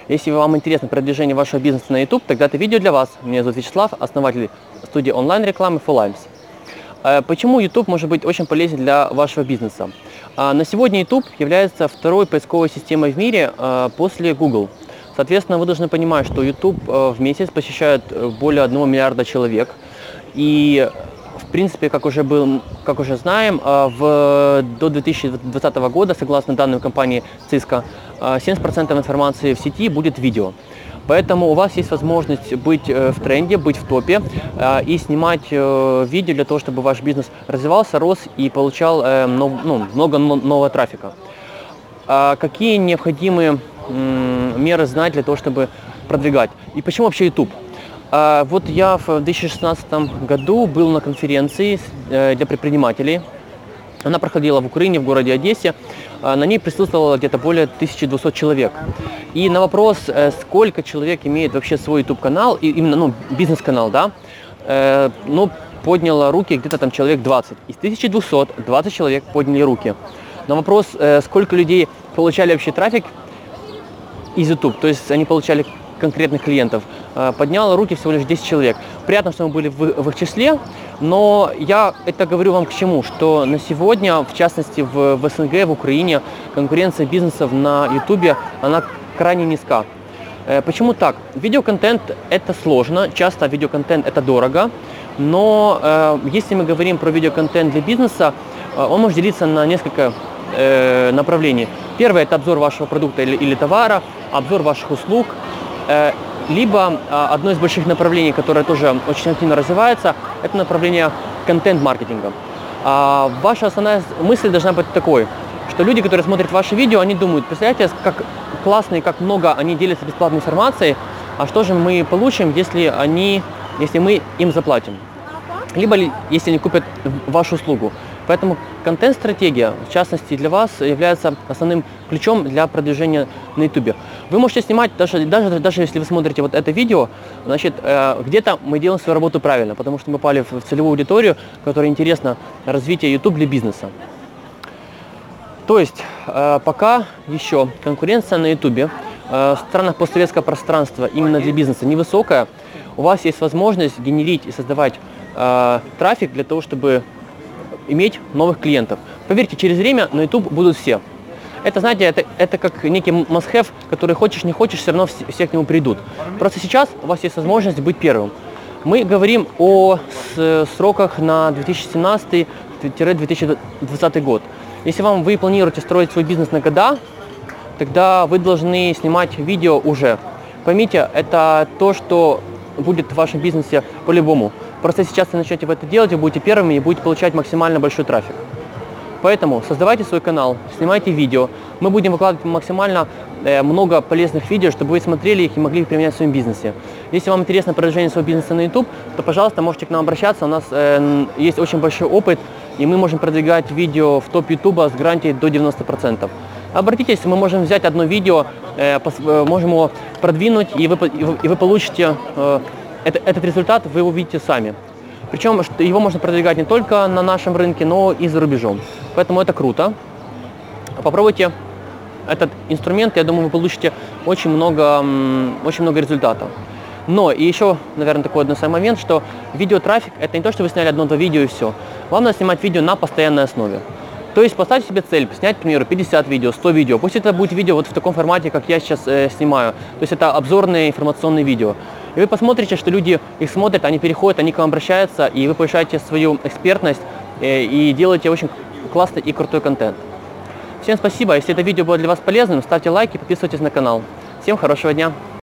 Если вам интересно продвижение вашего бизнеса на YouTube, тогда это видео для вас. Меня зовут Вячеслав, основатель студии онлайн-рекламы FullLives. Почему YouTube может быть очень полезен для вашего бизнеса? На сегодня YouTube является второй поисковой системой в мире после Google. Соответственно, вы должны понимать, что YouTube в месяц посещает более 1 миллиарда человек. И в принципе, как уже знаем, до 2020 года, согласно данным компании Cisco, 70% информации в сети будет видео. Поэтому у вас есть возможность быть в тренде, быть в топе и снимать видео для того, чтобы ваш бизнес развивался, рос и получал много нового трафика. Какие необходимые меры знать для того, чтобы продвигать? И почему вообще YouTube? Вот я в 2016 году был на конференции для предпринимателей. Она проходила в Украине, в городе Одессе. На ней присутствовало где-то более 1200 человек. И на вопрос, сколько человек имеет вообще свой YouTube-канал, именно бизнес-канал, да, подняло руки где-то там человек 20. Из 1200 20 человек подняли руки. На вопрос, сколько людей получали вообще трафик из YouTube, то есть они получали конкретных клиентов, подняло руки всего лишь 10 человек. Приятно, что мы были в их числе, но я это говорю вам к чему, что на сегодня, в частности в СНГ, в Украине, конкуренция бизнесов на YouTube, она крайне низка. Почему так? Видеоконтент это сложно, часто видеоконтент это дорого, но если мы говорим про видеоконтент для бизнеса, он может делиться на несколько направлений. Первое – это обзор вашего продукта или товара, обзор ваших услуг. Либо одно из больших направлений, которое тоже очень активно развивается, это направление контент-маркетинга. Ваша основная мысль должна быть такой, что люди, которые смотрят ваши видео, они думают, представляете, как классно и как много они делятся бесплатной информацией, а что же мы получим, если мы им заплатим? Либо если они купят вашу услугу. Поэтому контент-стратегия, в частности для вас, является основным ключом для продвижения на YouTube. Вы можете снимать, даже если вы смотрите вот это видео, значит, где-то мы делаем свою работу правильно, потому что мы попали в целевую аудиторию, которой интересно развитие YouTube для бизнеса. То есть, пока еще конкуренция на YouTube в странах постсоветского пространства именно для бизнеса невысокая, у вас есть возможность генерить и создавать трафик для того, чтобы иметь новых клиентов. Поверьте, через время на YouTube будут все. Это, знаете, это как некий must-have, который хочешь, не хочешь, все равно все к нему придут. Просто сейчас у вас есть возможность быть первым. Мы говорим о сроках на 2017-2020 год. Если вы планируете строить свой бизнес на года, тогда вы должны снимать видео уже. Поймите, это то, что будет в вашем бизнесе по-любому. Просто сейчас вы начнете это делать, вы будете первыми и будете получать максимально большой трафик. Поэтому создавайте свой канал, снимайте видео. Мы будем выкладывать максимально много полезных видео, чтобы вы смотрели их и могли их применять в своем бизнесе. Если вам интересно продвижение своего бизнеса на YouTube, то, пожалуйста, можете к нам обращаться. У нас есть очень большой опыт, и мы можем продвигать видео в топ YouTube с гарантией до 90%. Обратитесь, мы можем взять одно видео, можем его продвинуть, и вы получите этот результат, вы увидите сами. Причем его можно продвигать не только на нашем рынке, но и за рубежом. Поэтому это круто. Попробуйте этот инструмент, я думаю, вы получите очень много результатов. Но и еще, наверное, такой одной момент, что видеотрафик – это не то, что вы сняли 1-2 видео и все. Вам надо снимать видео на постоянной основе. То есть поставьте себе цель, снять, к примеру, 50 видео, 100 видео. Пусть это будет видео вот в таком формате, как я сейчас снимаю. То есть это обзорные информационные видео. И вы посмотрите, что люди их смотрят, они переходят, они к вам обращаются, и вы повышаете свою экспертность и делаете очень классный и крутой контент. Всем спасибо. Если это видео было для вас полезным, ставьте лайки, подписывайтесь на канал. Всем хорошего дня.